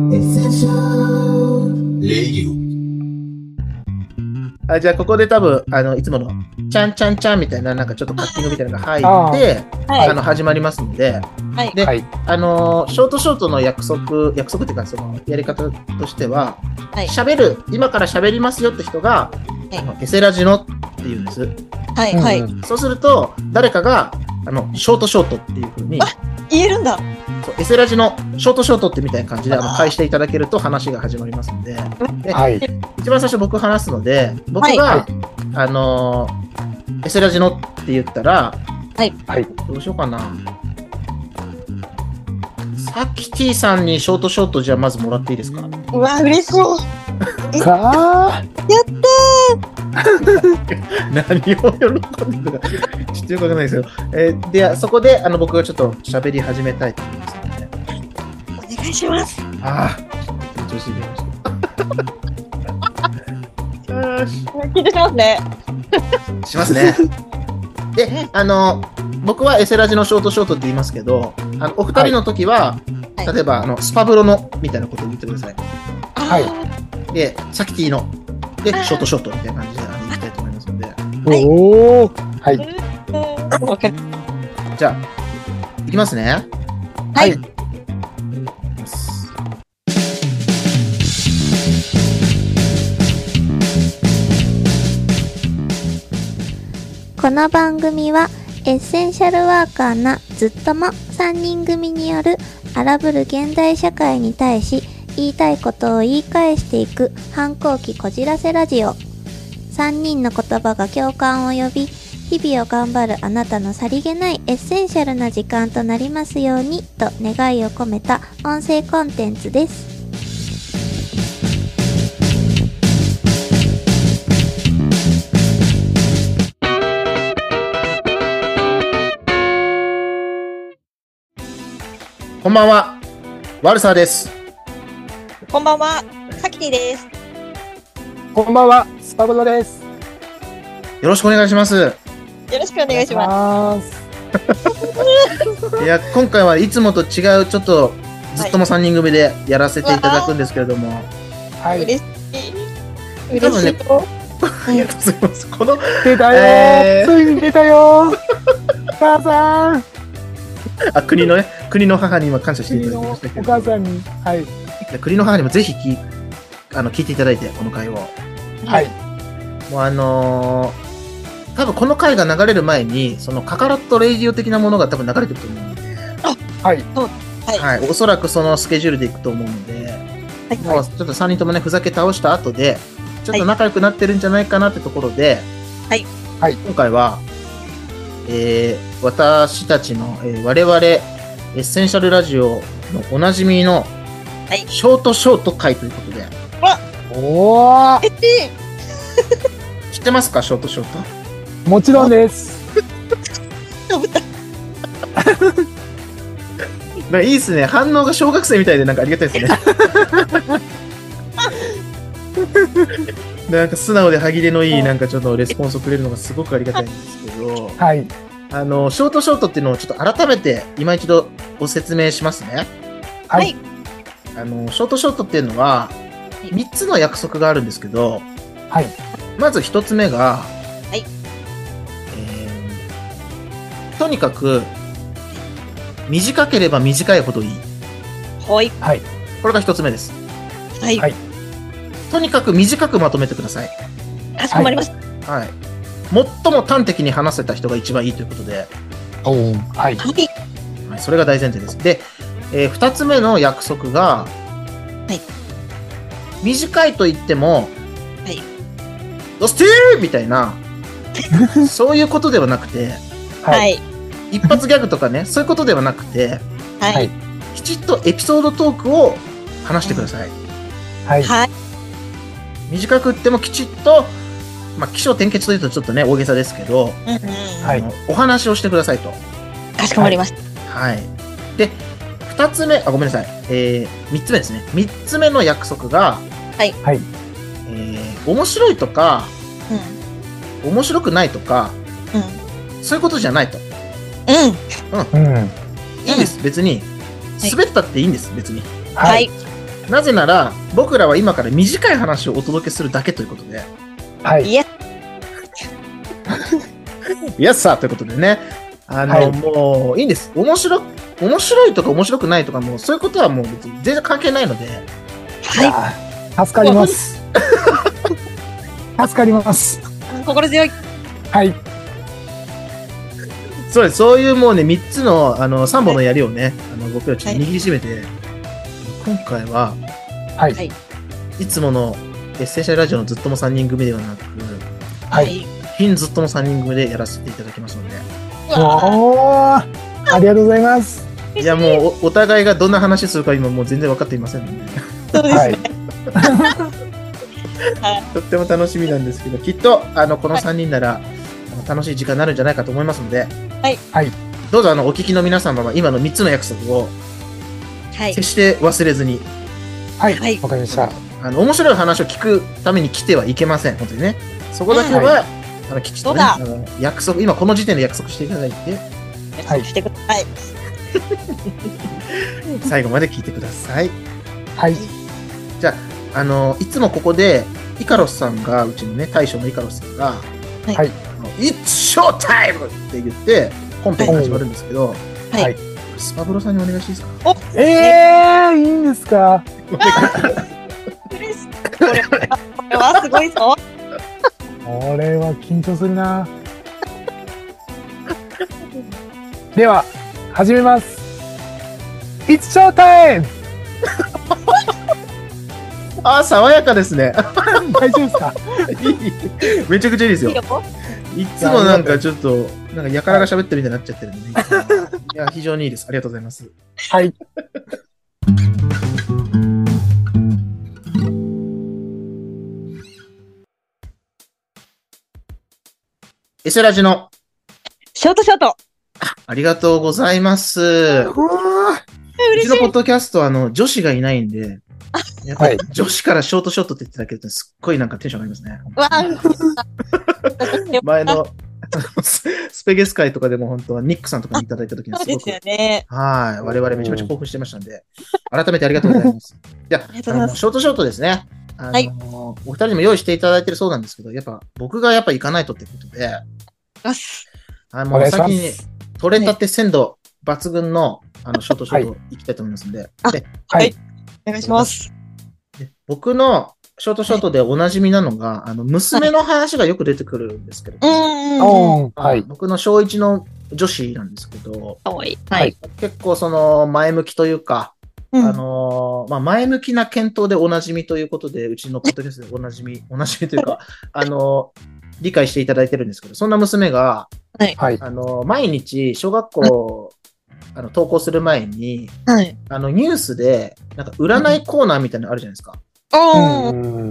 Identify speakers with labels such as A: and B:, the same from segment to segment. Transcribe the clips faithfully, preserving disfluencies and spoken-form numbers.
A: あ、じゃあここで多分あのいつものチャンチャンチャンみたいななんかちょっとカッティングみたいなのが入ってあ、はい、あの始まりますので、はい、で、はい、あのショートショートの約束約束っていうかそのやり方としては喋、はい、る今から喋りますよって人が、はい、あのエセラジのって言うんです。
B: はいはい。
A: そうすると誰かがあのショートショートっていう風に
B: 言えるんだ。
A: エセラジのショートショートってみたいな感じであの返していただけると話が始まりますので、で、はい、一番最初僕話すので僕が、はい、あのエセラジのって言ったら、
B: はい、
A: どうしようかな。さきティさんにショートショートじゃあまずもらっていいですか。
B: うわ嬉しそう
A: か
B: ーやった
A: ー何を喜んでるかちょっとよくわかんないですよ、えー、でそこであの僕がちょっと喋り始めたいと思いますので
B: お願いします。
A: ああ緊張してきましたよし
B: 緊張しますね
A: しますねであの僕はエセラジのショートショートって言いますけどあのお二人の時は、はい、例えばあのスパブロのみたいなことを言ってください。
B: はい
A: でサキティのでショートショートみたいな感じでいきたいと思いますので、
B: はい、
A: おーはいじゃあいきますね。
B: はい、はい、
C: この番組はエッセンシャルワーカーなずっともさんにん組による荒ぶる現代社会に対し言いたいことを言い返していく反抗期こじらせラジオ。さんにんの言葉が共感を呼び日々を頑張るあなたのさりげないエッセンシャルな時間となりますようにと願いを込めた音声コンテンツです。
A: こんばんは、ワルサーです。
B: こんばんは、サキティです。
D: こんばんは、スパブロです。
A: よろしくお願いします。よ
B: ろしくお願いします。
A: いや、今回はいつもと違う、ちょっとずっともさんにん組でやらせていただくんですけれども。
B: はい。嬉しい。
A: 多分ね、ありがとうございます。この、
D: 出たよー、えー、ついに出たよー母さん
A: あ、国のね、国の母に今感謝していただきましたけど。
D: お母さんに。はい。
A: 国の母にもぜひきあの聞いていただいて、この回を。
D: はい。
A: もうあのー、多分この回が流れる前に、そのカカロットレイディオ的なものが多分流れてると思うので。
D: あ、はい。
A: はい。おそらくそのスケジュールでいくと思うので、はい、もうちょっとさんにんともね、ふざけ倒した後で、ちょっと仲良くなってるんじゃないかなってところで、
B: はい。
A: はい。今回は、えー、私たちの、えー、我々エッセンシャルラジオのおなじみの、はい、ショートショート回ということで。
D: おー
A: 知ってますか、ショートショート。
D: もちろんです。
A: まあいいですね。反応が小学生みたいでなんかありがたいですね。なんか素直で歯切れのいいなんかちょっとレスポンスをくれるのがすごくありがたいんですけど、
D: はい。
A: あのショートショートっていうのをちょっと改めて今一度ご説明しますね。
B: はい。
A: あのショートショートっていうのはみっつの約束があるんですけど、
D: はい。
A: まずひとつめが、
B: はい。
A: えー、とにかく短ければ短いほどいい。
B: はい。
D: はい。
A: これがひとつめです。
B: はい。
D: はい。
A: とにかく短くまとめてください。
B: かしこまりました。
A: はい。最も端的に話せた人が一番いいということで。
D: おー、はい。
A: はい。それが大前提です。で、えー、ふたつめの約束が、
B: はい。
A: 短いと言っても、
B: はい。
A: どうしてーみたいな、そういうことではなくて、
B: はい。
A: 一発ギャグとかね、そういうことではなくて、
B: はい。
A: きちっとエピソードトークを話してください。
D: はい。はい。
A: 短くってもきちっと、まあ、起承転結というとちょっとね、大げさですけど、
B: うんうん、
A: はい、お話をしてくださいと。
B: かしこまりました。
A: はい。で、二つ目、あ、ごめんなさい。えー、三つ目ですね。三つ目の約束が、
B: はい。
D: はい。
A: えー、面白いとか、うん、面白くないとか、うん、そういうことじゃないと。
B: うん。
A: うん。うん、いいんです、別に。滑ったっていいんです、別に。
B: はい。
A: なぜなら、僕らは今から短い話をお届けするだけということで。
D: はい。
B: いや。
A: イエスさーということでね。あの、はい、もう、いいんです。面白、面白いとか面白くないとか、もう、そういうことはもう別に全然関係ないので。
B: はい。
D: 助かります。助かります。
B: 心強い。
D: はい。
A: そうです。そういうもうね、みっつの、あの、さんぼんの槍をね、はい、あの、僕らちょっと握りしめて、はい、今回は、
D: はい。
A: いつものエッセンシャルラジオのずっともさんにん組ではなく、
D: はい。
A: ピンずっともさんにん組でやらせていただきますので。
D: おー、ありがとうございます。
A: いや、もうお、お互いがどんな話するか今もう全然分かっていませんので。
B: そうですね。はい。
A: とっても楽しみなんですけど、きっと、あの、このさんにんなら、はい、あの楽しい時間になるんじゃないかと思いますので、
B: はい。
D: はい。
A: どうぞ、あの、お聞きの皆様は今のみっつの約束を、
B: はい。
A: 決して忘れずに。
D: はい。はい。わかりました。
A: あの、面白い話を聞くために来てはいけません。本当にね。そこだけは、はい、あの、きちっとね、あの約束、今この時点で約束していただいて、
B: はい。してください。
A: 最後まで聞いてください。
D: はい。
A: じゃあ、あの、いつもここで、イカロスさんが、うちのね、大将のイカロスさんが、
D: はい。
A: It's showtime! って言って、本編が始まるんですけど、
B: はい。はい、
A: スパブロさんにお願いしていいですか？
B: お
D: えー、いいんですか？
B: これはすごいぞ。
D: これは緊張するな。では、始めます。It's showtime!
A: あ、爽やかですね。
D: 大丈夫ですか？
A: いい。めちゃくちゃいいですよ。いつもなんかちょっと、なんかやからが喋ってるみたいになっちゃってるんで、ね、いや、非常にいいです。ありがとうございます。
D: はい。
A: エセラジの
B: ショートショート。
A: ありがとうございます。うちのポッドキャストはあの女子がいないんで、やっぱり女子からショートショートって言ってたけど、すっごいなんかテンション上がりますね。前のスペゲス会とかでも本当はニックさんとかにいただいた時にすごく、
B: そうですよね、
A: はい、我々めちゃめちゃ興奮してましたんで、改めてありがとうございます。じゃあ、あのショートショートですね。あの、はい、お二人にも用意していただいてるそうなんですけど、やっぱ僕がやっぱ行かないとってことで、あの先に取れたて鮮度抜群のあのショートショート行きたいと思いますんで、
B: はい、ではい、お願いします。
A: で僕のショートショートでおなじみなのが、はい、あの娘の話がよく出てくるんですけれども、はい、僕の小一の女子なんですけど、
B: はい、
A: 結構その前向きというか、うん、あのー、まあ、前向きな検討でおなじみということで、うちのポッドキャストでおなじみ、おなじみというか、あのー、理解していただいてるんですけど、そんな娘が、
B: はい、
A: あのー、毎日小学校、あの登校する前に、
B: はい、
A: あのニュースでなんか占いコーナーみたいなのあるじゃないですか。
B: うん、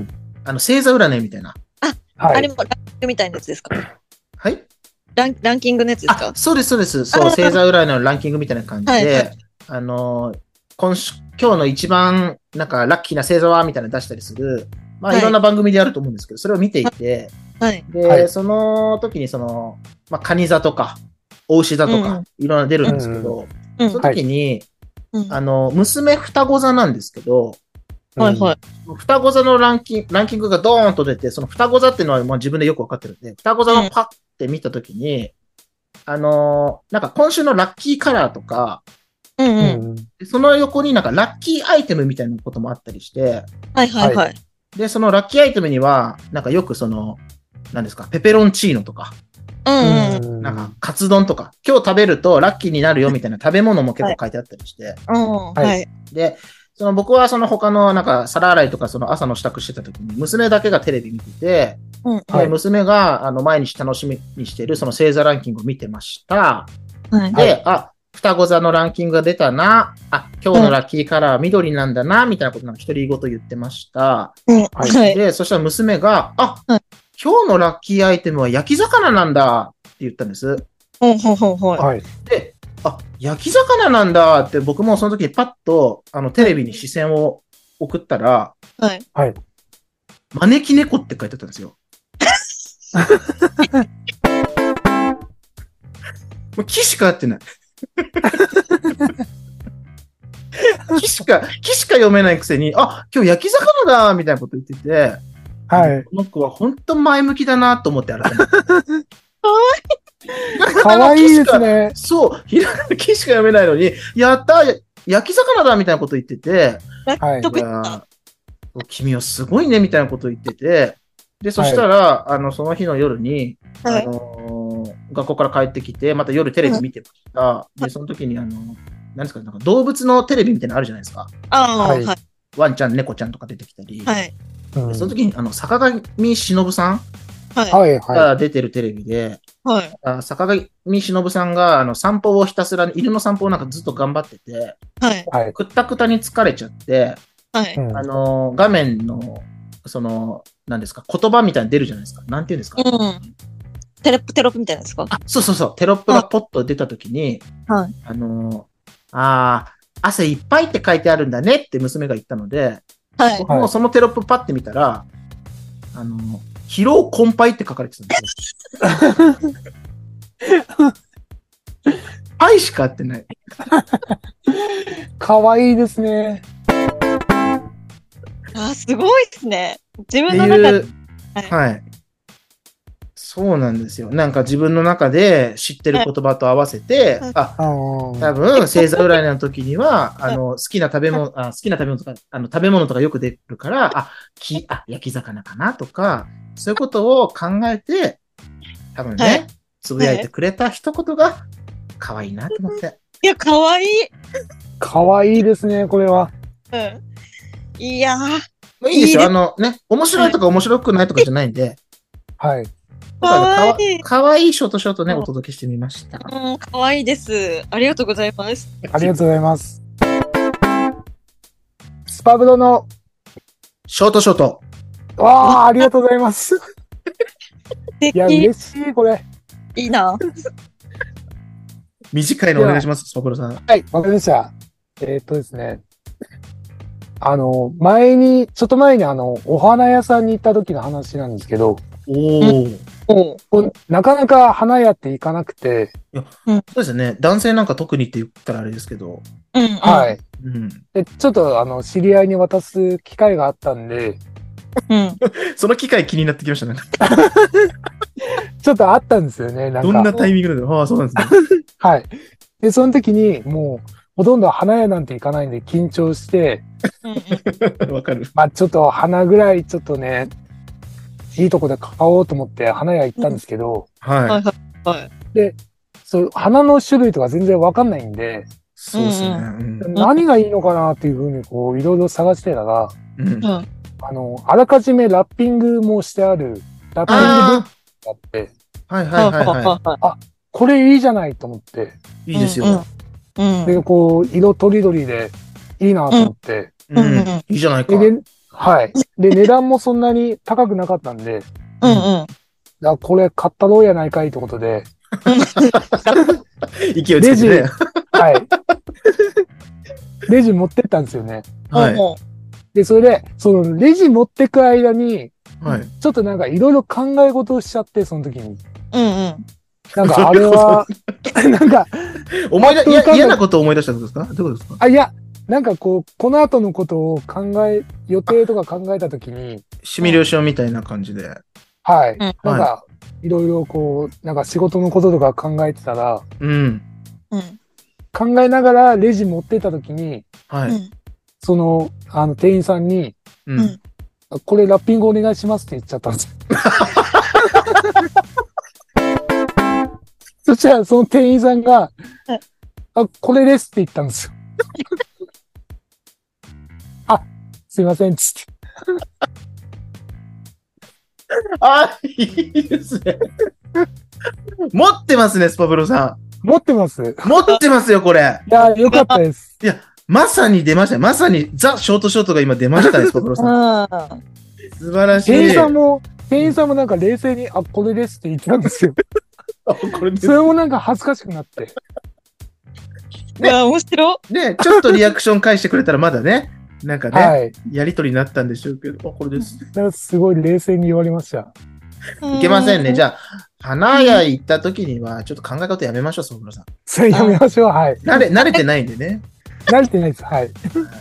A: あの星座占いみたいな。
B: あ、はい、あれもランキングみたいなやつですか？
A: はい。
B: ランランキングのやつですか？
A: そうですそうです。そう星座占いのランキングみたいな感じで、はいはい、あの今週今日の一番なんかラッキーな星座はみたいなの出したりする、まあ、はい、いろんな番組であると思うんですけど、それを見ていて、
B: はい、
A: で、はい、その時にそのまあ蟹座とか牡牛座とか、うん、いろんな出るんですけど、うん、その時に、はい、あの娘双子座なんですけど、
B: はいはい。
A: 双子座のランキング、ランキングがドーンと出て、その双子座っていうのはまあ自分でよくわかってるんで、双子座のパッて見たときに、うん、あのー、なんか今週のラッキーカラーとか、
B: うんうん、
A: その横になんかラッキーアイテムみたいなこともあったりして、
B: はいはいはい。
A: で、そのラッキーアイテムには、なんかよくその、何ですか、ペペロンチーノとか、
B: うんうん、
A: なんかカツ丼とか、今日食べるとラッキーになるよみたいな食べ物も結構書いてあったりして、
B: はいはい、
A: で、その僕はその他のなんか皿洗いとかその朝の支度してた時に娘だけがテレビ見てて、
B: うん
A: はい、娘があの毎日楽しみにしているその星座ランキングを見てました。
B: はい、
A: で、あ、双子座のランキングが出たな、あ、今日のラッキーカラーは緑なんだな、みたいなことなんか独り言言ってました。
B: うんはい、
A: で、そしたら娘が、あ、
B: はい、
A: 今日のラッキーアイテムは焼き魚なんだって言ったんです。
B: ほうほうほうほう。
A: はい。で、あ、焼き魚なんだって僕もその時にパッとあのテレビに視線を送ったら、
B: はい。
D: はい。
A: 招き猫って書いてあったんですよ。もう木しか合ってない。 木しか、木しか読めないくせに、あ、今日焼き魚だみたいなこと言ってて、
D: はい。
A: この子は本当前向きだなと思って改めて。
D: かわいいですね。
A: そう、ひらがな木しか読めないのに、やった焼き魚だみたいなこと言ってて、
B: はい。
A: いや君はすごいねみたいなこと言ってて、で、そしたら、はい、あの、その日の夜に、はい、あのー、学校から帰ってきて、また夜テレビ見てました。はい、で、その時に、あの、何ですか、なんか動物のテレビみたいなのあるじゃないですか。
B: ああ、はい。
A: ワンちゃん、猫ちゃんとか出てきたり。
B: はい。
A: でその時に、あの、坂上忍さん
B: はい。
A: が出てるテレビで、
B: はい。
A: あ坂上忍さんが、あの、散歩をひたすら、犬の散歩をなんかずっと頑張ってて、
B: はい。
A: くったくたに疲れちゃって、
B: はい。
A: あの、画面の、その、何ですか、言葉みたいに出るじゃないですか。なんて言うんですか。
B: うん。テロップ、テロップみたいなんですか。
A: あ、そうそうそう。テロップがポッと出たときに、
B: はい。
A: あの、ああ、汗いっぱいって書いてあるんだねって娘が言ったので、
B: はい。
A: 僕もそのテロップパッて見たら、あの、疲労困憊って書かれてたんですよ。パイしか合ってない。
D: かわいいですね。
B: あ、すごいですね。自分の中で。
A: はい。はい。そうなんですよ。なんか自分の中で知ってる言葉と合わせて、はい、あ、多分、星座占いの時には、あの、好きな食べ物、あ好きな食べ物とか、あの、食べ物とかよく出るから、あ、き、あ、焼き魚かなとか、そういうことを考えて、多分ね、はい、つぶやいてくれた一言が、可愛いなと思って。
B: いや、可愛い。
D: 可愛いですね、これは。
B: うん。いや
A: ー。いいですよ。あのね、面白いとか面白くないとかじゃないんで。
D: はい。
A: かわいい。かわいいショートショートね、お届けしてみました。
B: うん、かわいいです。ありがとうございます。
D: ありがとうございます。スパブロの
A: ショートショート。
D: わあ、ありがとうございます。いや、嬉しい、これ。
B: いいな。
A: 短いのお願いします、スパブロさん。
D: はい、わかりました。えー、っとですね。あの、前に、ちょっと前にあの、お花屋さんに行った時の話なんですけど、
A: お
D: おなかなか花屋って行かなくて。
A: いや、うん、そうですね。男性なんか特にって言ったらあれですけど。
B: うん、
D: はい、
A: うん。
D: で。ちょっとあの、知り合いに渡す機会があったんで。
B: うん。
A: その機会気になってきましたね。
D: ちょっとあったんですよね。なんか。
A: どんなタイミングでああ、そうなんですね。
D: はい。で、その時にもう、ほとんど花屋なんて行かないんで緊張して、
A: わかる。
D: まあちょっと花ぐらいちょっとね、いいとこで買おうと思って花屋行ったんですけど、
A: はい。
B: はい。
D: で、そう、花の種類とか全然わかんないんで、
A: そうですね。
D: うん、何がいいのかなっていうふうにこう、いろいろ探してたら、
A: うん、
D: あの、あらかじめラッピングもしてある、ラッピングブックがあって、
A: はいはいはいはい。
D: あ、これいいじゃないと思って。
A: いいですよ。
B: うん、
D: で、こう、色とりどりでいいなと思って。
A: うん。うん、いいじゃないか。
D: で、はい。で、値段もそんなに高くなかったんで。
B: うんうん。
D: だこれ買ったろうやないかいってことで。
A: 勢いつけてね。
D: レジ、はい。レジ持ってったんですよね。
A: はい。
D: で、それで、そのレジ持ってく間に、
A: はい。
D: ちょっとなんかいろいろ考え事をしちゃって、その時に。
B: うんうん。
D: なんかあれは、なんか、
A: 思い出、いや、嫌なことを思い出したんですか？どういうことですか？
D: あ、いや、なんかこう、この後のことを考え、予定とか考えたときに。
A: シミュレーションみたいな感じで。
D: はい。なんか、いろいろこう、なんか仕事のこととか考えてたら、
A: うん。
D: 考えながらレジ持ってたときに、
A: はい。
D: その、あの、店員さんに、
A: うん。
D: これラッピングお願いしますって言っちゃったんです。そしたら、その店員さんが、あ、これですって言ったんですよ。あ、すいません、つって。
A: あ、いいですね。持ってますね、スパブロさ
D: ん。持ってます。
A: 持ってますよ、これ。
D: いや、よかったです。
A: いや、まさに出ました。まさにザ・ショートショートが今出ましたね、スパブロさん。素晴らしい。
D: 店員さんも、店員さんもなんか冷静に、あ、これですって言ってたんですよ。これそれもなんか恥ずかしくなって。
B: いや、面白
A: い。ね、ちょっとリアクション返してくれたらまだね、なんかね、はい、やりとりになったんでしょうけど、あ、これです。
D: すごい冷静に言われました。
A: いけませんね。じゃあ、花屋行った時には、ちょっと考え方やめましょう、ソムロさん。
D: それやめましょう、はい。
A: 慣れ、慣れてないんでね。
D: 慣れてないです。はい。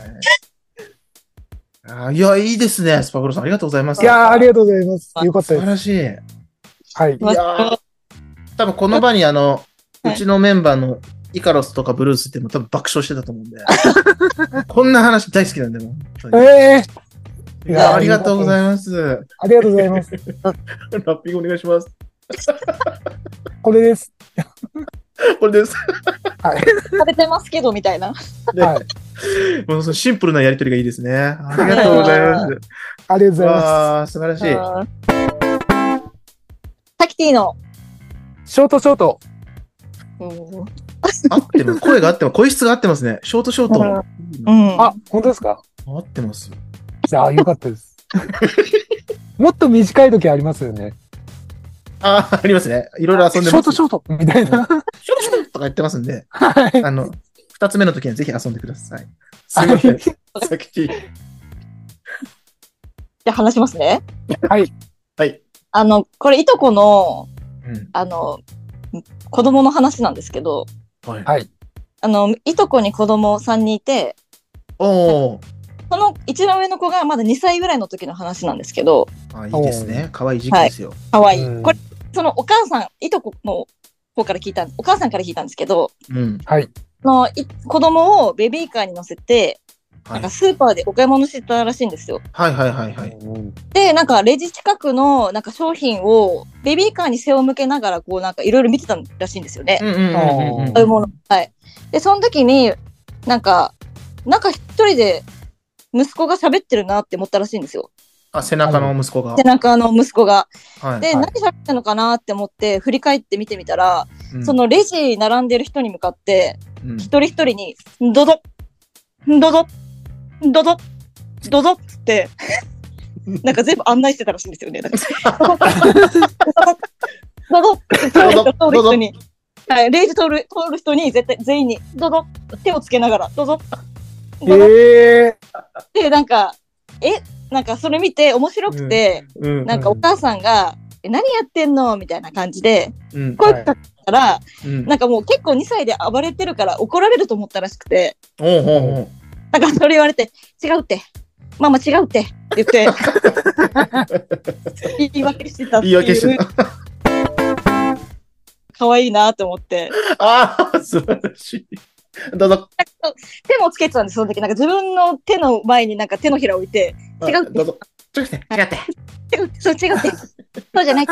A: あいや、いいですね。スパゴロさん、ありがとうございます。
D: いやありがとうございます。よかったです。
A: 素晴らしい。
D: はい。
A: いや多分この場にあの、うちのメンバーのイカロスとかブルースっても多分爆笑してたと思うんで。こんな話大好きなんで、もう。ええー、いや、ありがとうございます。
D: ありがとうございます。ラ
A: ッピングお願いします。
D: これです。
A: これです。
B: はい。食べてますけど、みたいな。
A: はい。もうそのシンプルなやりとりがいいですね。ありがとうございます。
D: ありがとうございます。
A: 素晴らしい。
B: タキティの。
D: ショートショート。
A: 合ってます。声が合ってます。声質が合ってますね。ショートショート。
D: うん。あ、本当ですか？
A: 合ってます。
D: じゃあ、よかったです。もっと短い時ありますよね。
A: ああ、ありますね。いろいろ遊んでます。
D: ショートショートみたいな。
A: ショートショートとか言ってますんで、はい。あの、二つ目の時にはぜひ遊んでください。すいません。さきち。じ
B: ゃあ話しますね。
D: はい。
A: はい。
B: あの、これ、いとこの、うん、あの、子供の話なんですけど、
A: はい。
B: あの、いとこに子供さんにんいて、
A: おー。
B: その一番上の子がまだにさいぐらいの時の話なんですけど。
A: あ、いいですね。可愛い時期ですよ。
B: 可愛い。これ、そのお母さん、いとこの方から聞いた、お母さんから聞いたんですけど、
A: うん。
D: はい。
B: のい子供をベビーカーに乗せて、なんかスーパーでお買い物してたらしいんですよ。
A: はいはいはいはい。
B: で、なんかレジ近くのなんか商品をベビーカーに背を向けながらこうなんかいろいろ見てたらしいんですよね。
A: うんうんうんうん。
B: そういうもの。はい。で、その時に、なんか、なんか一人で息子が喋ってるなって思ったらしいんですよ。
A: あ、背中の息子が。
B: 背中の息子が。
A: はい、
B: で、
A: はい、
B: 何喋ってるのかなって思って振り返って見てみたら、うん、そのレジ並んでる人に向かって、うん、一人一人に、どぞどぞどぞどぞって、なんか全部案内してたらしいんですよね。どぞどぞって通る人に、はい、レジ通る、通る人に絶対全員に、どぞ手をつけながら、どぞ
D: えー、
B: で、なんか、え、なんかそれ見て面白くて、うんうん、なんかお母さんが、え、何やってんのみたいな感じで、うん、声かけたら、はい、なんかもう結構にさいで暴れてるから怒られると思ったらしくて、
A: おうおうおう、
B: なんかそれ言われて、違うって、ママ違うって言って、言い訳してたっていう。
A: 言い訳してた。
B: 可愛いなと思って。
A: ああ、素晴らしい。どうぞ。
B: 手もつけてたんです、その時。なんか自分の手の前になんか手のひらを置いて、違うって。
A: どうぞ。違って、違って。
B: 違う、そう、違うって。そうじゃないって。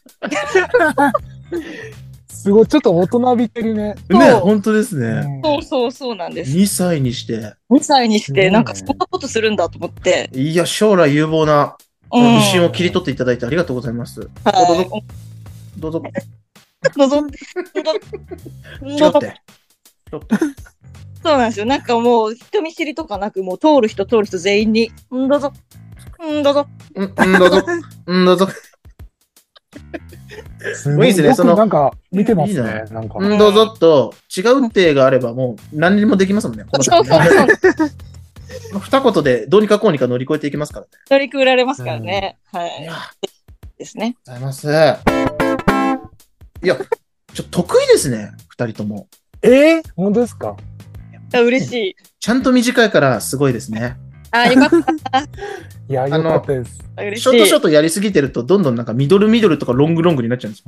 D: すごい、ちょっと大人びてるね。
A: ね、本当ですね。
B: そうそうそうなんです。
A: にさいにして。
B: にさいにして、なんかそんなことするんだと思って。
A: いや、将来有望な一瞬を切り取っていただいてありがとうございます。はい、どうぞ。どうぞ。
B: どうぞ。
A: 違って。
B: そうなんですよ。なんかもう人見知りとかなく、もう通る人通る人全員に、んどうぞ。んどうぞ。
A: んどうぞ。んどうぞ。
D: すごいですね。そのなんか見てますね。なんか。
A: んどうぞと違うってがあればもう何にもできますもんね。
B: そうそうそう。
A: 二言でどうにかこうにか乗り越えていきますからね。
B: 乗り越えられますからね。はい。いやですね。
A: ありがとうございます。いや、ちょっと得意ですね。二人とも。
D: えー、本当ですか？
B: 嬉しい。
A: ちゃんと短いからすごいですね。
B: あ、よかった。
D: いや、よかったです。
A: ショートショートやりすぎてると、どんどんなんかミドルミドルとかロングロングになっちゃうんです。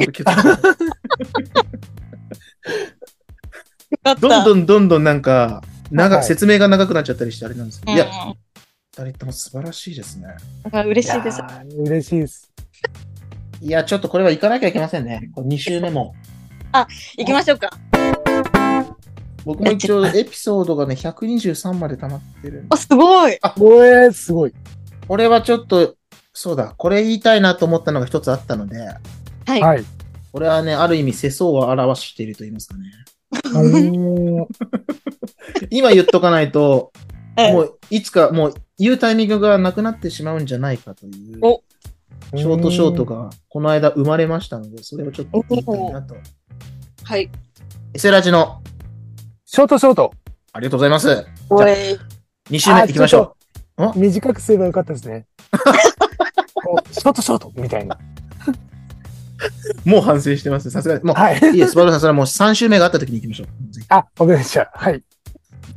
A: どんどんどんどんなんか、長、はい、説明が長くなっちゃったりしてあれなんですけど。いや、二人とも素晴らしいですね。
B: 嬉しいです。
D: 嬉しいです。
A: いや、ちょっとこれは行かなきゃいけませんね。に週目も。
B: あ、行きましょうか。
A: 僕も一応エピソードがね、ひゃくにじゅうさんまで溜まってるんで。
B: あ、すごい。
D: あ、おえー、すごい。
A: これはちょっと、そうだ、これ言いたいなと思ったのが一つあったので。
B: はい。はい。
A: これはね、ある意味世相を表していると言いますかね。今言っとかないと、もういつかもう言うタイミングがなくなってしまうんじゃないかという。おショートショートがこの間生まれましたので、それをちょっと言いたいなと。
B: はい。
A: エセラジの
D: ショートショート。
A: ありがとうございます。じゃあ、に週目行きましょ
D: う。短くすればよかったですね。ショートショートみたいな。
A: もう反省してます。さすがに。もう、
D: はい。
A: いいです。スバルさん、それはもうさん週目があった時に行きましょう。
D: あ、わかりました。はい。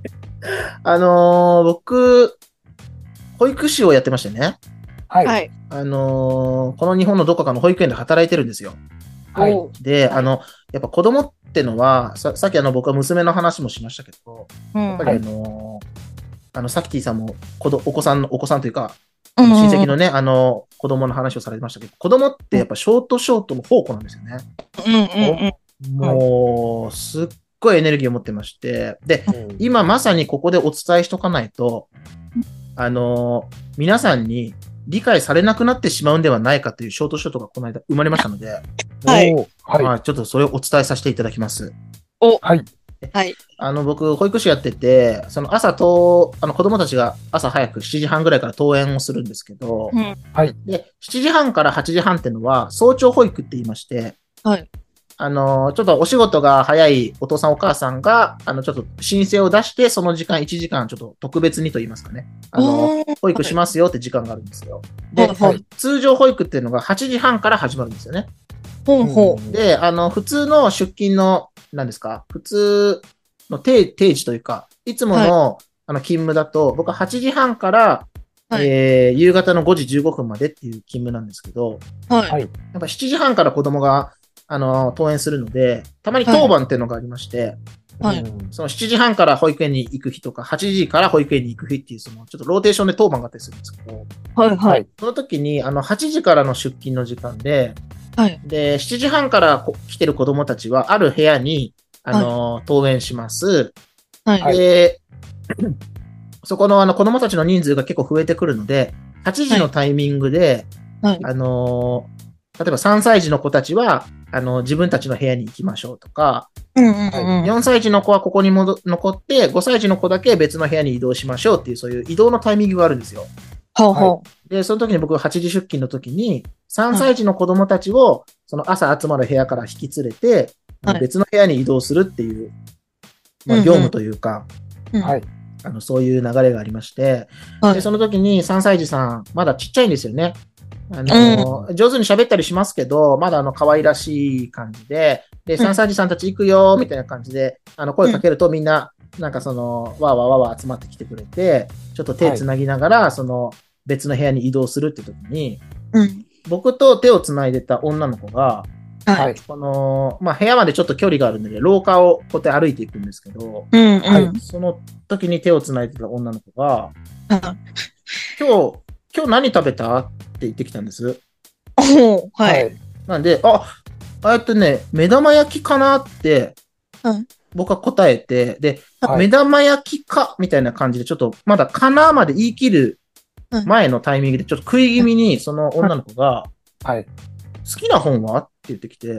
A: あのー、僕、保育士をやってましてね。
D: はい。
A: あのー、この日本のどこかの保育園で働いてるんですよ。
D: はい。
A: で、あの、やっぱ子供ってのは、ささっきあの僕は娘の話もしましたけど、うん、やっぱりあのー、あの、さきティさんも子ど、お子さんの、お子さんというか、親戚のね、あの、子供の話をされてましたけど、子供ってやっぱショートショートの宝庫なんですよね。うんうんうん、もう、すっごいエネルギーを持ってまして、で、うん、今まさにここでお伝えしとかないと、あの、皆さんに理解されなくなってしまうんではないかというショートショートがこの間生まれましたので、
B: はい。
A: はい。ちょっとそれをお伝えさせていただきます。
B: お、
D: はい。
B: はい。
A: あの、僕、保育士やってて、その朝と、あの、子供たちが朝早くしちじはんぐらいから登園をするんですけど、うん、
D: はい。
A: で、しちじはんからはちじはんっていうのは、早朝保育って言いまして、
B: はい。
A: あの、ちょっとお仕事が早いお父さんお母さんが、あの、ちょっと申請を出して、その時間いちじかんちょっと特別にと言いますかね。あの、保育しますよって時間があるんですよ。で、はい、通常保育っていうのがはちじはんから始まるんですよね。
B: ほうほう。
A: で、あの、普通の出勤の、何ですか、普通の定、定時というか、いつもの、はい、あの、勤務だと、僕ははちじはんから、はい、えー、夕方のごじじゅうごふんまでっていう勤務なんですけど、
B: はい。や
A: っぱしちじはんから子供が、あの、登園するので、たまに当番っていうのがありまして、はい。そのしちじはんから保育園に行く日とか、はちじから保育園に行く日っていう、その、ちょっとローテーションで当番があったりするんですけど、
B: はいはい。
A: その時に、あの、はちじからの出勤の時間で、
B: はい。
A: で、しちじはんから来てる子供たちは、ある部屋に、あの、はい、登園します。はい。で、そこの、あの、子供たちの人数が結構増えてくるので、はちじのタイミングで、はい、あの、例えばさんさい児の子たちは、あの、自分たちの部屋に行きましょうとか、
B: うんうんうん、
A: よんさい児の子はここに戻残って、ごさい児の子だけ別の部屋に移動しましょうっていう、そういう移動のタイミングがあるんですよ。
B: ほうほ
A: う。で、その時に僕はちじ出勤の時に、さんさい児の子供たちを、その朝集まる部屋から引き連れて、はい、別の部屋に移動するっていう、まあ、業務というか、
B: うんうん、はい。
A: あの、そういう流れがありまして、はい、で、その時にさんさい児さん、まだちっちゃいんですよね。あの、うん、上手に喋ったりしますけど、まだあの、可愛らしい感じで、で、さんさい児さんたち行くよ、みたいな感じで、あの、声かけるとみんな、なんかその、わーわーわーわー集まってきてくれて、ちょっと手つなぎながら、はい、その、別の部屋に移動するって時に、
B: うん、
A: 僕と手をつないでた女の子が、
B: はい、
A: この、まあ、部屋までちょっと距離があるので、廊下をこうやって歩いていくんですけど、
B: うんうん、
A: はい、その時に手をつないでた女の子が、
B: うん、
A: 今日、今日何食べたって言ってきたんです。
B: おはい。
A: なんで、あ、あえてね、目玉焼きかなって、僕は答えて、で、はい、目玉焼きかみたいな感じで、ちょっとまだかなまで言い切る前のタイミングで、ちょっと食い気味に、その女の子が、
D: はい、
A: 好きな本はって言ってきて。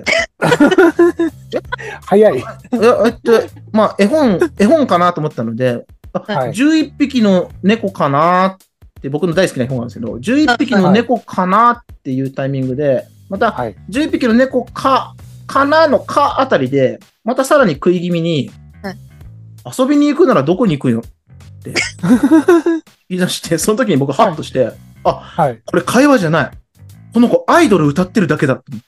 D: 早い。
A: え、えっと、まあ、絵本、絵本かなと思ったので、はい、じゅういっぴきの猫かなって僕の大好きな絵本なんですけど、じゅういっぴきの猫かなっていうタイミングで、また、はい、じゅういっぴきの猫か、かなのかあたりで、またさらに食い気味に、はい、遊びに行くならどこに行くよって言い出して、その時に僕ハッとして、はい、あ、はい、これ会話じゃない。この子アイドル歌ってるだけだと思って。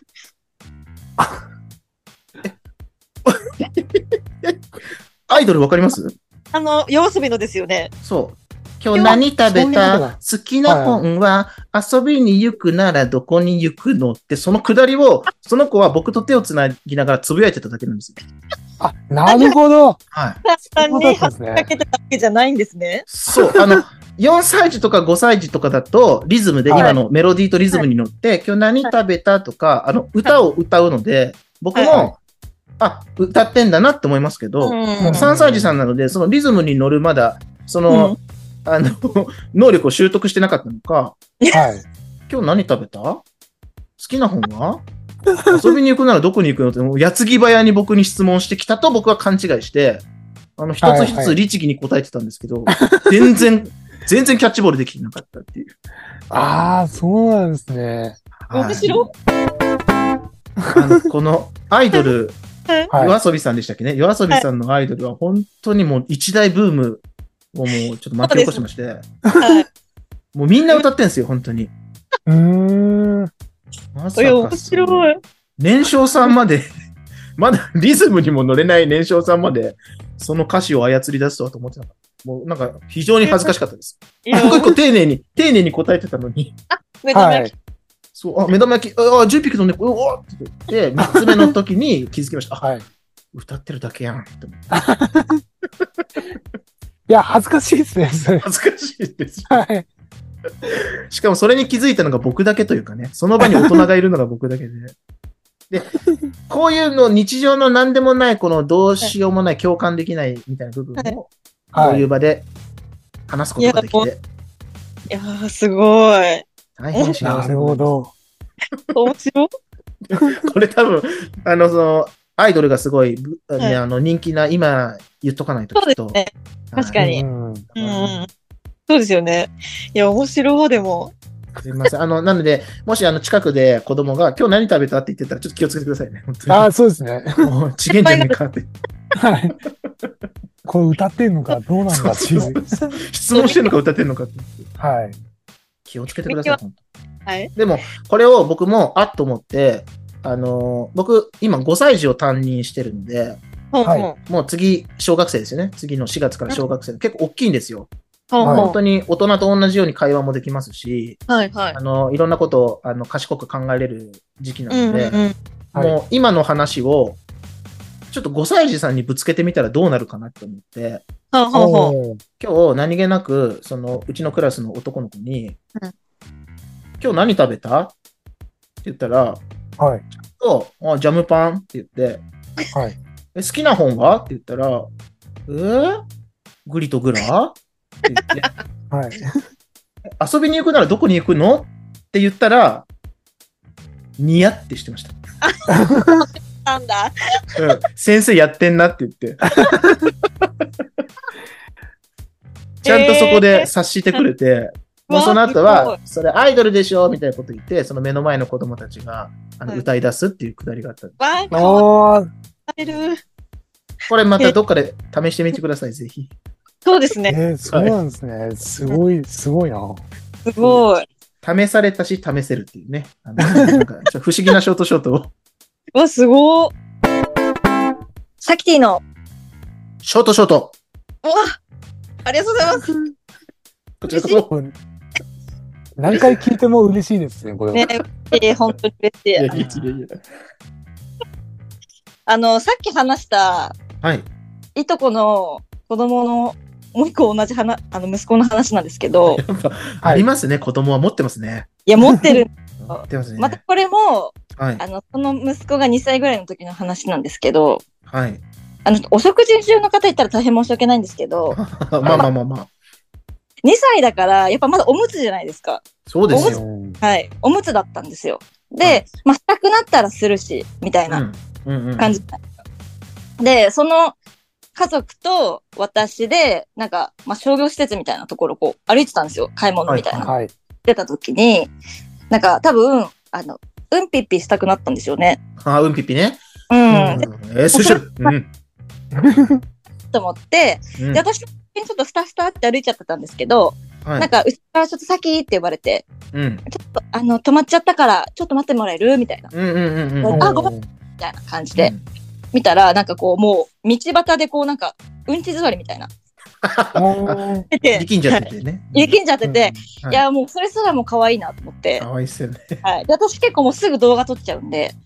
A: アイドルわかります？
B: あの、夜遊びのですよね。
A: そう。今日何食べた？好きな本は遊びに行くならどこに行くのって、そのくだりを、その子は僕と手をつなぎながらつぶやいてただけなんですよ。
D: あ、なるほど。
A: はい。
B: 単に話しかけてたわけじゃないんですね。
A: そう。あの、よんさい児とかごさい児とかだと、リズムで、今のメロディーとリズムに乗って、はい、今日何食べたとか、あの、歌を歌うので、僕も、はい、あ、歌ってんだなって思いますけど、もうさんさい児さんなので、そのリズムに乗るまだ、その、うんあの、能力を習得してなかったのか、はい。今日何食べた？好きな本は？遊びに行くならどこに行くのって、もう矢継ぎ早に僕に質問してきたと僕は勘違いして、あの、一つ一つ律儀に答えてたんですけど、はいはい、全然、全然キャッチボールできなかったっていう。
D: ああ、そうなんですね。
B: 面白い。
A: あの、このアイドル、はい、夜遊びさんでしたっけね？夜遊びさんのアイドルは本当にもう一大ブーム、もうちょっと巻き起こしまして、はい、もうみんな歌ってんですよ、本当に。
D: うーん。
A: まさか
B: 面白い。
A: 年少さんまで、まだリズムにも乗れない年少さんまで、 その歌詞を操り出すとはと思ってなかった。もうなんか非常に恥ずかしかったです。結構丁寧に、丁寧に答えてたのに。
B: あ、目玉焼き。はい、
A: そう、あ、目玉焼き、あ、じゅっぴきの猫、うおーって言って、みっつめの時に気づきました。あ、はい、歌ってるだけやんって思って。
D: いや、恥ずかしいですね。
A: 恥ずかしいです。はい。しかもそれに気づいたのが僕だけというかね、その場に大人がいるのが僕だけで。で、こういうの日常の何でもない、このどうしようもない、共感できないみたいな部分を、こういう場で話すことができて。
B: いやー、すごい。
A: 大変幸せ。
D: なるほど。
B: 面白い。
A: これ多分、あの、その、アイドルがすごい、ね、はい、あの、人気な、今言っとかないときっと。
B: そうですね。確かに。うんうん、そうですよね。いや、面白い、でも。
A: すみません。あの、なので、もし、あの、近くで子供が、今日何食べたって言ってたら、ちょっと気をつけてくださいね。本当に
D: ああ、そうですね。
A: もう、ちげんじゃねえかって。
D: はい。これ歌ってんのか、どうなんだっていう。
A: 質問してんのか歌ってんのかって。
D: はい。
A: 気をつけてください、本
B: 当。はい。
A: でも、これを僕も、あっと思って、あのー、僕、今ごさい児を担任してるんで、はい、もう次、小学生ですよね。次のしがつから小学生。結構大きいんですよ。はい、本当に大人と同じように会話もできますし、
B: はいはい、
A: あの、いろんなことをあの賢く考えれる時期なので、うんうんうん、もう今の話を、ちょっとごさい児さんにぶつけてみたらどうなるかなって思って、
B: ははは
A: 今日何気なく、その、うちのクラスの男の子に、うん、今日何食べたって言ったら、
D: はい。
A: ちょっと、あ、ジャムパンって言って、
D: はい。
A: え、好きな本はって言ったら、えー、グリとグラって言って、
D: はい。
A: 遊びに行くならどこに行くのって言ったら、ニヤってしてました。
B: なんだ、
A: うん、先生やってんなって言って。ちゃんとそこで察してくれて、えーもうその後は、それアイドルでしょみたいなこと言って、その目の前の子供たちがあの歌い出すっていうくだりがあったんです。
B: わー、かわいる。
A: これまたどっかで試してみてください、ぜひ。
B: そうですね。
D: えー、そうなんですね。すごい、すごいな。
B: すごい。
A: 試されたし、試せるっていうね。あのなんか不思議なショートショートを。
B: うわ、すごー。サキティの。
A: ショートショート。
B: うわ、ありがとうございます。
A: こちらこそ。
D: 何回聞いても嬉しいですね、これは。
B: ね、えー、本当に嬉しい。いやいやいやあの、さっき話した、
A: はい。
B: いとこの子供の、もう一個同じ話、あの、息子の話なんですけど。
A: やっぱ、ありますね、はい、子供は持ってますね。
B: いや、持ってる。
A: 持ってますね。
B: またこれも、
A: はい、
B: あの、その息子がにさいぐらいの時の話なんですけど、
A: はい。
B: あの、お食事中の方言ったら大変申し訳ないんですけど、
A: まあまあまあまあ。
B: にさいだから、やっぱまだおむつじゃないですか。
A: そうですよ。
B: はい。おむつだったんですよ。で、まあ、したくなったらするし、みたいな感じ。うんうん、で、その家族と私で、なんか、まあ、商業施設みたいなところをこう歩いてたんですよ。買い物みたいな。
D: はいはい、
B: 出た時に、なんか多分、あの、うんぴっぴしたくなったんですよね。
A: ああ、うんぴっぴね。
B: うん。うん、
A: えー、スペシャル。うん。
B: と思って、うん、で、私、ちょっとスタスタって歩いちゃってたんですけど、はい、なんか、うちからちょっと先って呼ばれて、
A: うん、
B: ちょっと、あの、止まっちゃったから、ちょっと待ってもらえるみたいな。
A: うんうんうんうん、
B: あ、ごめんみたいな感じで、うん、見たら、なんかこう、もう、道端でこう、なんか、うんち座りみたいな。
A: 力んじゃっててね。
B: 力んじゃってて、うんはい、いや、もう、それすらも可愛いなと思って。
A: 可愛いっすよね。
B: はい。で、私結構もうすぐ動画撮っちゃうんで、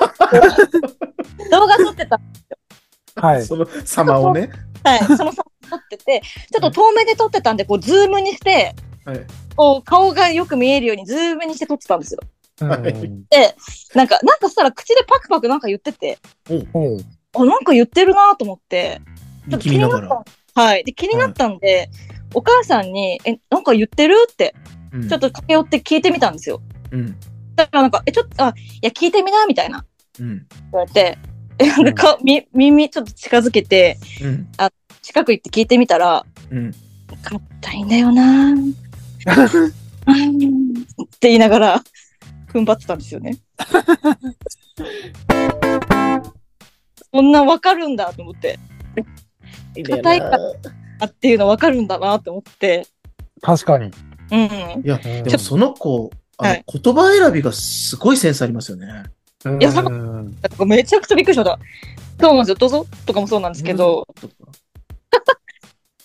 B: 動画撮ってたんですよ。
D: はい。
A: その様をね。
B: はい。その様を撮ってて、ちょっと遠目で撮ってたんで、こう、ズームにして、
A: はい、
B: こう、顔がよく見えるように、ズームにして撮ってたんですよ。
A: はい、
B: で、なんか、なんかしたら口でパクパクなんか言ってて、
A: お
B: あ、なんか言ってるなと思って、
A: ちょっと気になった。
B: はい。で、気になったんで、はい、お母さんに、え、なんか言ってるって、うん、ちょっと駆け寄って聞いてみたんですよ。
A: うん。
B: だからなんか、え、ちょっと、あ、いや、聞いてみな、みたいな。
A: うん。
B: 言われて、え、なんか、うん、み、耳ちょっと近づけて、
A: うん、
B: あ、近く行って聞いてみたら、
A: うん。
B: 硬いんだよなって言いながら、踏ん張ってたんですよね。そんなわかるんだと思って。硬いかっていうのわかるんだなと思って。
D: 確かに。
B: うん。い
A: や、でもその子、あの、はい、言葉選びがすごいセンスありますよね。
B: いや、めちゃくちゃびっくりしました。そうなんですよ。どうぞとかもそうなんですけど、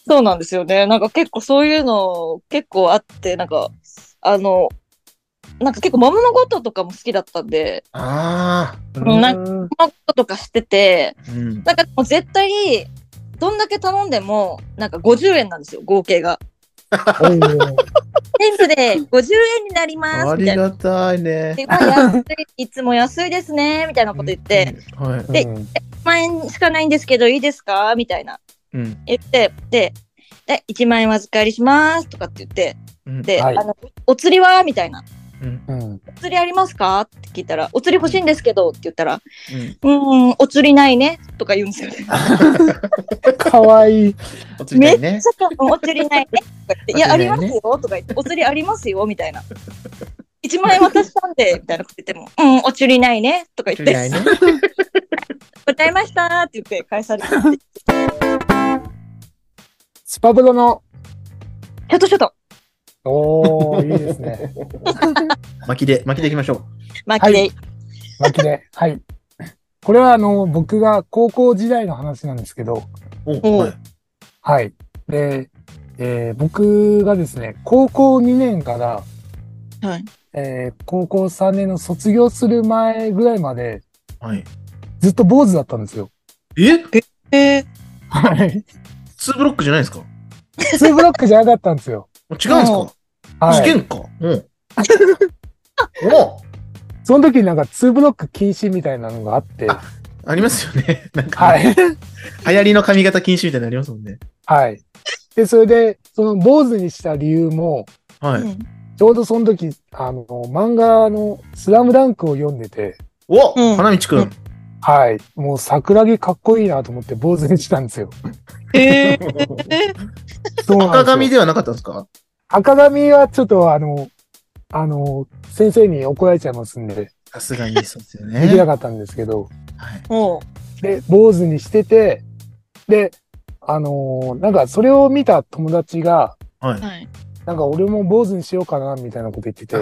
B: そうなんですよね。なんか結構そういうの結構あって、なんか、あの、なんか結構、ままごととかも好きだったんで、
A: あ
B: あ、なんか、ままごととかしてて、うん、なんかもう絶対、どんだけ頼んでも、なんかごじゅうえんなんですよ、合計が。全部でごじゅうえんになりますみたいな。
A: ありがたいね。
B: で、まあ、安い、いつも安いですね、みたいなこと言って、うんはい、で、いちまんえんしかないんですけど、いいですかみたいな。うん、言って、で、で、いちまんえんお預かりしますとかって言って、うん、で、はい、あの、お釣りはみたいな。うん、お釣りありますかって聞いたら、お釣り欲しいんですけどって言ったら、うん、うんお釣りないねとか言うんですよね。
D: かわいい。
A: お釣りないね。
B: めっちゃお釣りないねとか言って、いや、ありますよとか言って、お釣りありますよみたいな。いちまんえん渡したんで、みたいなこと言っても、うん、お釣りないねとか言って、ね、答えましたって言って返されて。
D: スパブロの、
B: ちょっとちょっと。
D: おー、いいですね。
A: 巻きで、巻きでいきましょう。
B: 巻きで。
D: はい、巻きで。はい。これはあの、僕が高校時代の話なんですけど。
A: おはい。
D: はい。で、えー、僕がですね、高校にねんから、
B: はい。
D: えー、高校さんねんの卒業する前ぐらいまで、
A: はい。
D: ずっと坊主だったんですよ。
A: え
B: えー、
D: はい。
A: ツーブロックじゃないですか？
D: ツーブロックじゃなかったんですよ。
A: 違うんですか？はい。試験か。うん。お
D: その時になんかツーブロック禁止みたいなのがあって。
A: あ、ありますよね。なんか、
D: はい。
A: 流行りの髪型禁止みたいなのありますもんね。
D: はい。で、それで、その坊主にした理由も、
A: はい。
D: ちょうどその時、あの、漫画のスラムダンクを読んでて。
A: お、うん、花道くん。
D: はい。もう桜木かっこいいなと思って坊主にしたんですよ。
B: えー、
D: そう
A: 赤髪ではなかったんですか？
D: 赤髪はちょっとあの、あの、先生に怒られちゃいますんで。
A: さすがにそうですよね。
D: できなかったんですけど。
B: はい。
D: で、坊主にしてて、で、あのー、なんかそれを見た友達が、
A: はい。
D: なんか俺も坊主にしようかな、みたいなこと言ってて。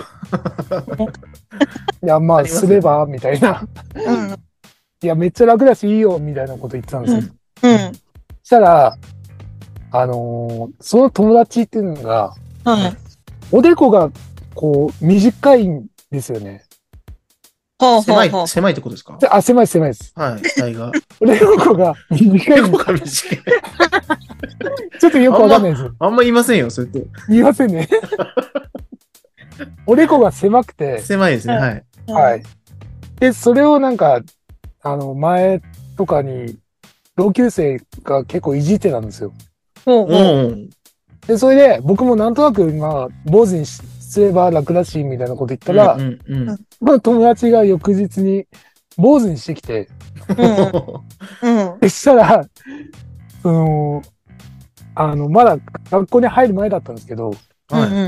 D: いや、まあ、すれば、みたいな。うん。いや、めっちゃ楽だしいいよ、みたいなこと言ってたんですよ。
B: うん。うん、
D: したら、あのー、その友達っていうのが、
B: はい。
D: おでこが、こう、短いんですよね。
B: はあ、
A: 狭い、狭いってことですか？
D: あ、狭い狭いです。
A: はい、体が。
D: おでこが短い。
A: おでこが短い。
D: ちょっとよくわかんないです。
A: あんま言いませんよ、それって。
D: 言いませんね。おでこが狭くて。
A: 狭いですね、はい。
D: はい。で、それをなんか、あの、前とかに、同級生が結構いじってたんですよ。
A: うんうん。
D: で、それで、僕もなんとなく、まあ、坊主にすれば楽だし、みたいなこと言ったら、うんうんうん、まあ、友達が翌日に坊主にしてきて、うんうん、そしたら、その、あの、まだ学校に入る前だったんですけど、はい、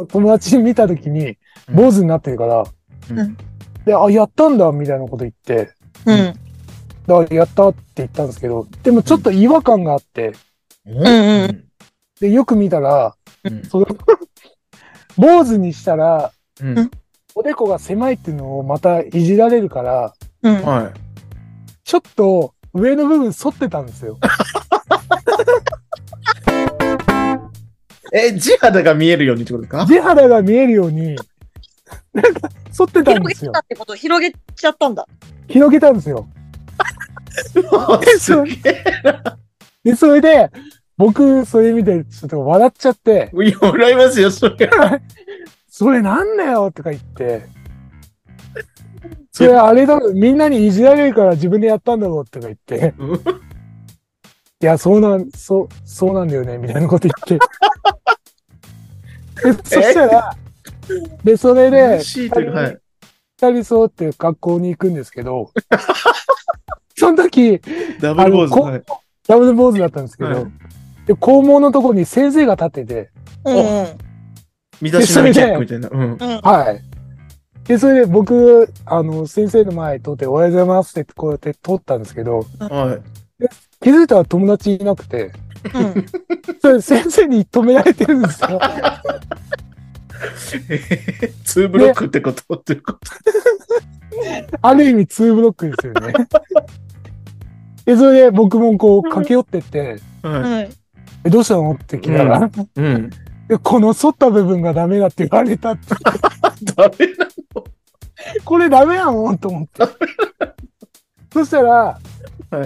D: 友達に見たときに、坊主になってるから、うん、で、あ、やったんだ、みたいなこと言って、うん、だやったって言ったんですけど、でもちょっと違和感があって、
B: うんうん、
D: で、よく見たら、うん、その坊主にしたら、うん、おでこが狭いっていうのをまたいじられるから、うん、ちょっと上の部分反ってたんですよ。
A: え、地肌が見えるようにってことですか？
D: 地肌が見えるように、なんか反ってたんですよ。
B: 広げたってこと？広げちゃったんだ。
D: 広げたんですよ。で、それで、僕、それ見て、ちょっと笑っちゃって。
A: いや、笑いますよ、それ。
D: それなんだよとか言って。それあれだろ、みんなにいじられるから自分でやったんだろうとか言って。いや、そうなん、そう、そうなんだよね、みたいなこと言って。そしたら、で、それで、二人、はい、二人そうって学校に行くんですけど、その時、
A: ダブル坊主、はい、
D: ダブル坊主だったんですけど、はい、で、校門のところに先生が立ってて、
B: うん。
A: 身だしなみチェックみたいな。うん。
D: はい。で、それで僕、あの、先生の前通って、おはようございますってこうやって通ったんですけど、
A: はい。
D: で気づいたら友達いなくて、うん。それ先生に止められてるんですよ。
A: えー、ツーブロックってことってこと。
D: ある意味ツーブロックですよね。で、それで僕もこう駆け寄ってって、はい。 え、どうしたのって聞いたら、うん。うん、この反った部分がダメだって言われたって。
A: ダメなの
D: これダメなのと思って。そしたら、はい、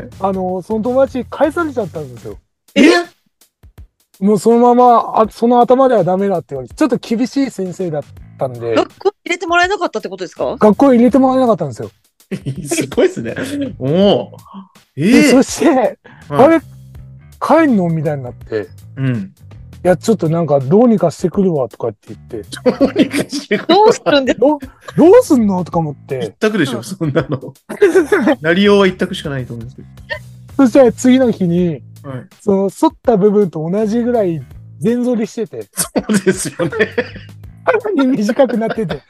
D: あの、その友達返されちゃったんですよ。
A: え
D: もうそのまま、あ、その頭ではダメだって言われて、ちょっと厳しい先生だったんで。
B: 学校入れてもらえなかったってことですか？
D: 学校入れてもらえなかったんですよ。
A: すごいですね。おお。
D: えー、そして、はい、あれ、帰んのみたいになって。うん。いや、ちょっとなんか、どうにかしてくるわ、とかって言って。
A: どうにかしてくる
B: わ。どうするんで
D: どどうすんのとか思って。
A: 一択でしょ、そんなの。なりようは一択しかないと思うんですけど。
D: そしたら次の日に、はい、その、反った部分と同じぐらい全反りしてて。
A: そうですよね。
D: さらに短くなってて。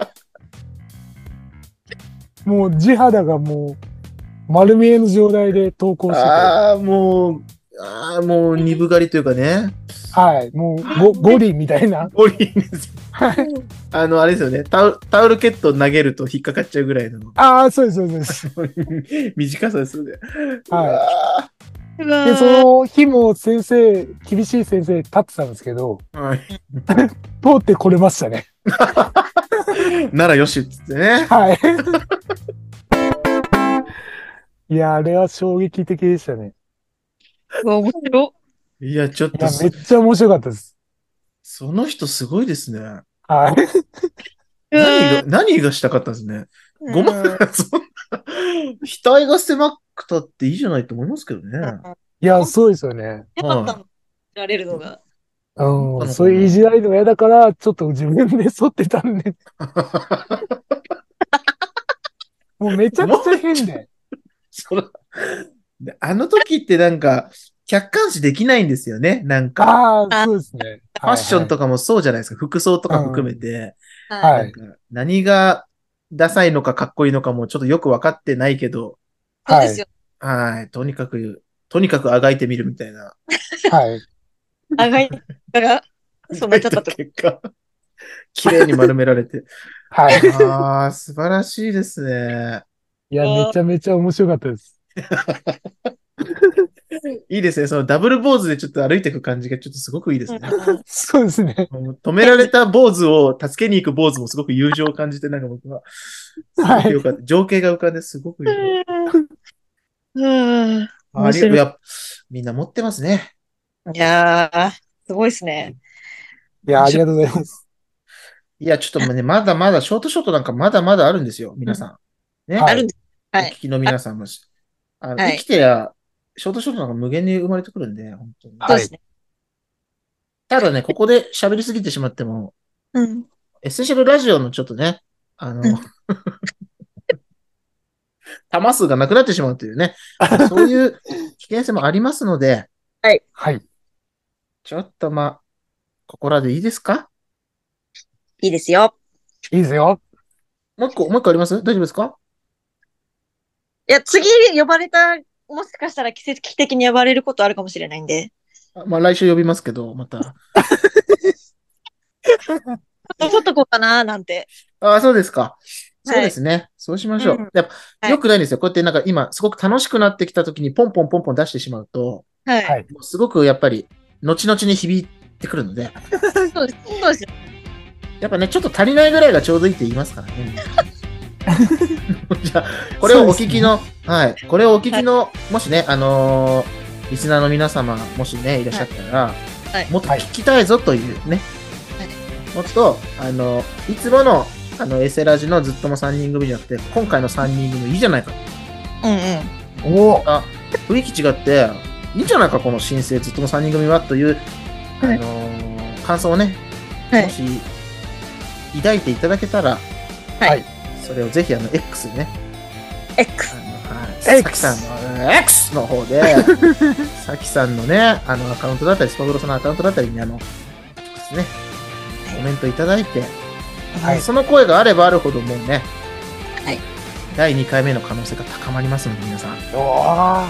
D: もう地肌がもう、丸見えの状態で投稿してて。
A: ああ、もう、ああ、もう鈍がりというかね。
D: はい。もうゴ、ゴリみたいな。
A: ゴリですよ。はい。あの、あれですよね。タオル、タオルケット投げると引っかかっちゃうぐらいの。
D: ああ、そうです、そうです。
A: 短さですよね。
D: はい。で、その日も先生、厳しい先生立ってたんですけど、はい。通ってこれましたね。
A: ならよしっつってね。
D: はい。いや、あれは衝撃的でしたね。
B: 面白
A: いや、ちょっと。
D: いや、めっちゃ面白かったです。
A: その人すごいですね。
D: はい。
A: 何が、何がしたかったんですね。ごま、そんな、額が狭くたっていいじゃないと思いますけどね。
D: いや、そうですよね。
B: よかったの。られるのが。
D: うん、そういういじられるのが嫌だから、ちょっと自分で剃ってたんで。もうめちゃくちゃ変で。
A: そのあの時ってなんか、客観視できないんですよね、なんか。
D: ああ、そうですね。
A: ファッションとかもそうじゃないですか、服装とか含めて。
D: はい。
A: 何がダサいのかかっこいいのかもちょっとよく分かってないけど。
B: そうですよ。
A: はい。とにかく、とにかくあがいてみるみたいな。
D: はい。
B: あがいたが、そうなっちゃったと。
A: 結果、綺麗に丸められて。
D: はい。
A: ああ、素晴らしいですね。
D: いや、めちゃめちゃ面白かったです。
A: いいですね。そのダブル坊主でちょっと歩いていく感じがちょっとすごくいいですね。
D: そうですね。
A: 止められた坊主を助けに行く坊主もすごく友情を感じて、なんか僕は、すごくよかった。はい、情景が浮かんですごくよかった。うん。ありがとう。や、みんな持ってますね。
B: いやー、すごいですね。
D: いや、ありがとうございます。
A: いや、ちょっとね、まだまだ、ショートショートなんかまだまだあるんですよ、皆さん。ね。
B: あるんです。
A: はい。お聞きの皆さんも。あの、はい、生きてや、ショートショートなんか無限に生まれてくるんで、本当に。
B: そうですね。
A: ただね、ここで喋りすぎてしまっても、
B: うん。
A: エッセンシャルラジオのちょっとね、あの、うん、玉数がなくなってしまうというね、そういう危険性もありますので、
B: はい。
D: はい。
A: ちょっとまあ、ここらでいいですか？
B: いいですよ。
D: いいですよ。
A: もう一個、もう一個あります？大丈夫ですか？
B: いや、次呼ばれた、もしかしたら奇跡的に呼ばれることあるかもしれないんで。
A: あまあ来週呼びますけど、また。
B: ちょっとこうかななんて。
A: ああ、そうですか。そうですね。はい、そうしましょう。うん、やっぱ、よくないんですよ。こうやってなんか今、すごく楽しくなってきた時にポンポンポンポン出してしまうと、
B: はい。
A: すごくやっぱり、後々に響いてくるので。
B: そうです。そうですよ。
A: やっぱね、ちょっと足りないぐらいがちょうどいいって言いますからね。じゃあ、これをお聞きの、ね、はい。これをお聞きの、はい、もしね、あのー、リスナーの皆様、もしね、いらっしゃったら、はいはい、もっと聞きたいぞというね、はい、もっと、あの、いつもの、あの、エセラジのずっともさんにん組じゃなくて、今回のさんにん組いいじゃないかと。
B: うんうん。
A: おあ、雰囲気違って、いいんじゃないか、この新生ずっともさんにん組は、という、あのー、感想をね、もし、抱いていただけたら、
B: はい。
A: それをぜひあの X ね。
B: X。
A: あの、はい。さきさんの X の方で、さきさんのね、あのアカウントだったり、スパブロさんのアカウントだったりにあの、ですね、コメントいただいて、はい、その声があればあるほどもうね、
B: はい。
A: だいにかいめの可能性が高まりますので、皆さん。
D: おー。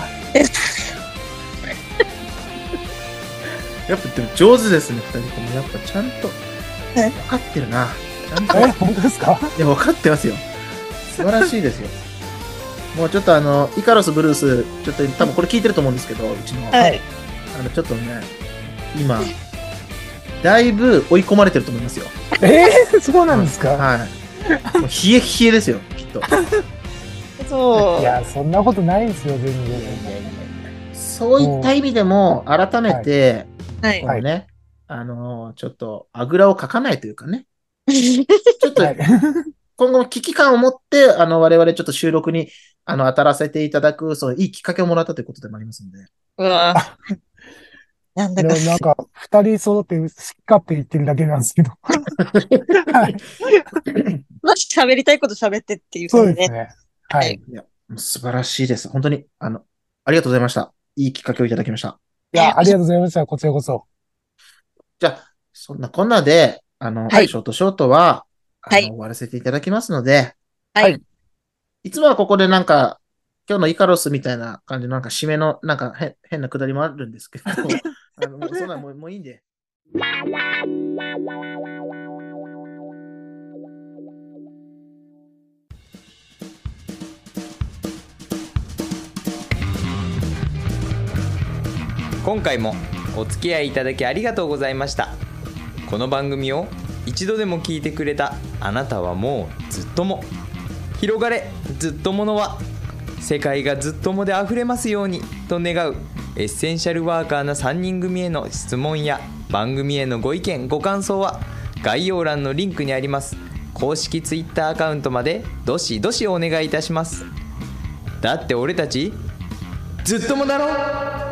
A: やっぱでも上手ですね、ふたりとも。やっぱちゃんと分かってるな。ちゃんと。
D: え、本当ですか？
A: いや、分かってますよ。素晴らしいですよ。もうちょっとあの、イカロスブルース、ちょっと多分これ聞いてると思うんですけど、うちの。
B: はい。
A: あの、ちょっとね、 今、だいぶ追い込まれてると思いますよ。
D: えー、そうなんですか？
A: はい。もう冷え冷えですよ、きっと。
B: そう。
D: いや、そんなことないですよ、全然。
A: そういった意味でも、改めて、はい。このね、あのー、ちょっと、あぐらをかかないというかね。ちょっと、今後も危機感を持って、あの、我々ちょっと収録に、あの、当たらせていただく、そう、いいきっかけをもらったということでもありますので。
B: うわ
D: なんだか。なんか、二人揃って好き勝手言ってるだけなんですけど。はい。
B: まじ喋りたいこと喋ってっていう
D: 感じで。そうですね。はい。
A: いや、素晴らしいです。本当に、あの、ありがとうございました。いいきっかけをいただきました。
D: いや、ありがとうございました。こちらこそ。
A: じゃあ、そんなこんなで、あの、はい、ショートショートは、あの、はい、終わらせていただきますので、
B: はい。
A: いつもはここでなんか、今日のイカロスみたいな感じのなんか締めのなんか変変なくだりもあるんですけど、あのもうそんなもうもういいんで。
E: 今回もお付き合いいただきありがとうございました。この番組を一度でも聞いてくれたあなたはもうずっとも。広がれずっとものは、世界がずっともであふれますようにと願うエッセンシャルワーカーなさんにん組への質問や番組へのご意見ご感想は概要欄のリンクにあります公式ツイッターアカウントまでどしどしお願いいたします。だって俺たちずっともだろ。